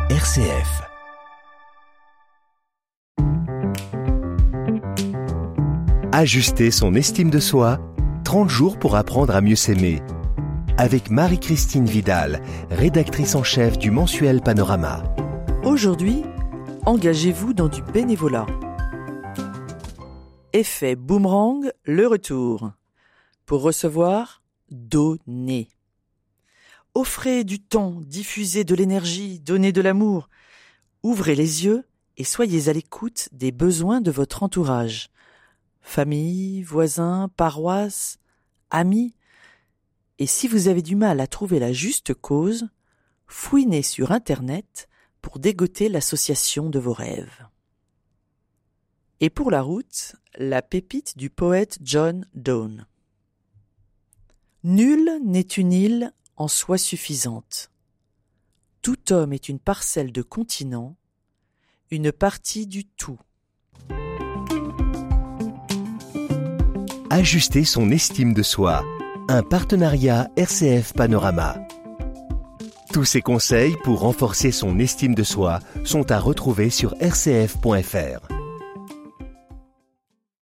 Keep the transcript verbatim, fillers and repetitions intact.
R C F. Ajuster son estime de soi, trente jours pour apprendre à mieux s'aimer. Avec Marie-Christine Vidal, rédactrice en chef du mensuel Panorama. Aujourd'hui, engagez-vous dans du bénévolat. Effet boomerang, le retour. Pour recevoir, donnez. Offrez du temps, diffusez de l'énergie, donnez de l'amour. Ouvrez les yeux et soyez à l'écoute des besoins de votre entourage. Famille, voisins, paroisse, amis. Et si vous avez du mal à trouver la juste cause, fouinez sur Internet pour dégoter l'association de vos rêves. Et pour la route, la pépite du poète John Donne. Nul n'est une île en soi suffisante. Tout homme est une parcelle de continent, une partie du tout. Ajuster son estime de soi. Un partenariat R C F Panorama. Tous ces conseils pour renforcer son estime de soi sont à retrouver sur r c f point f r.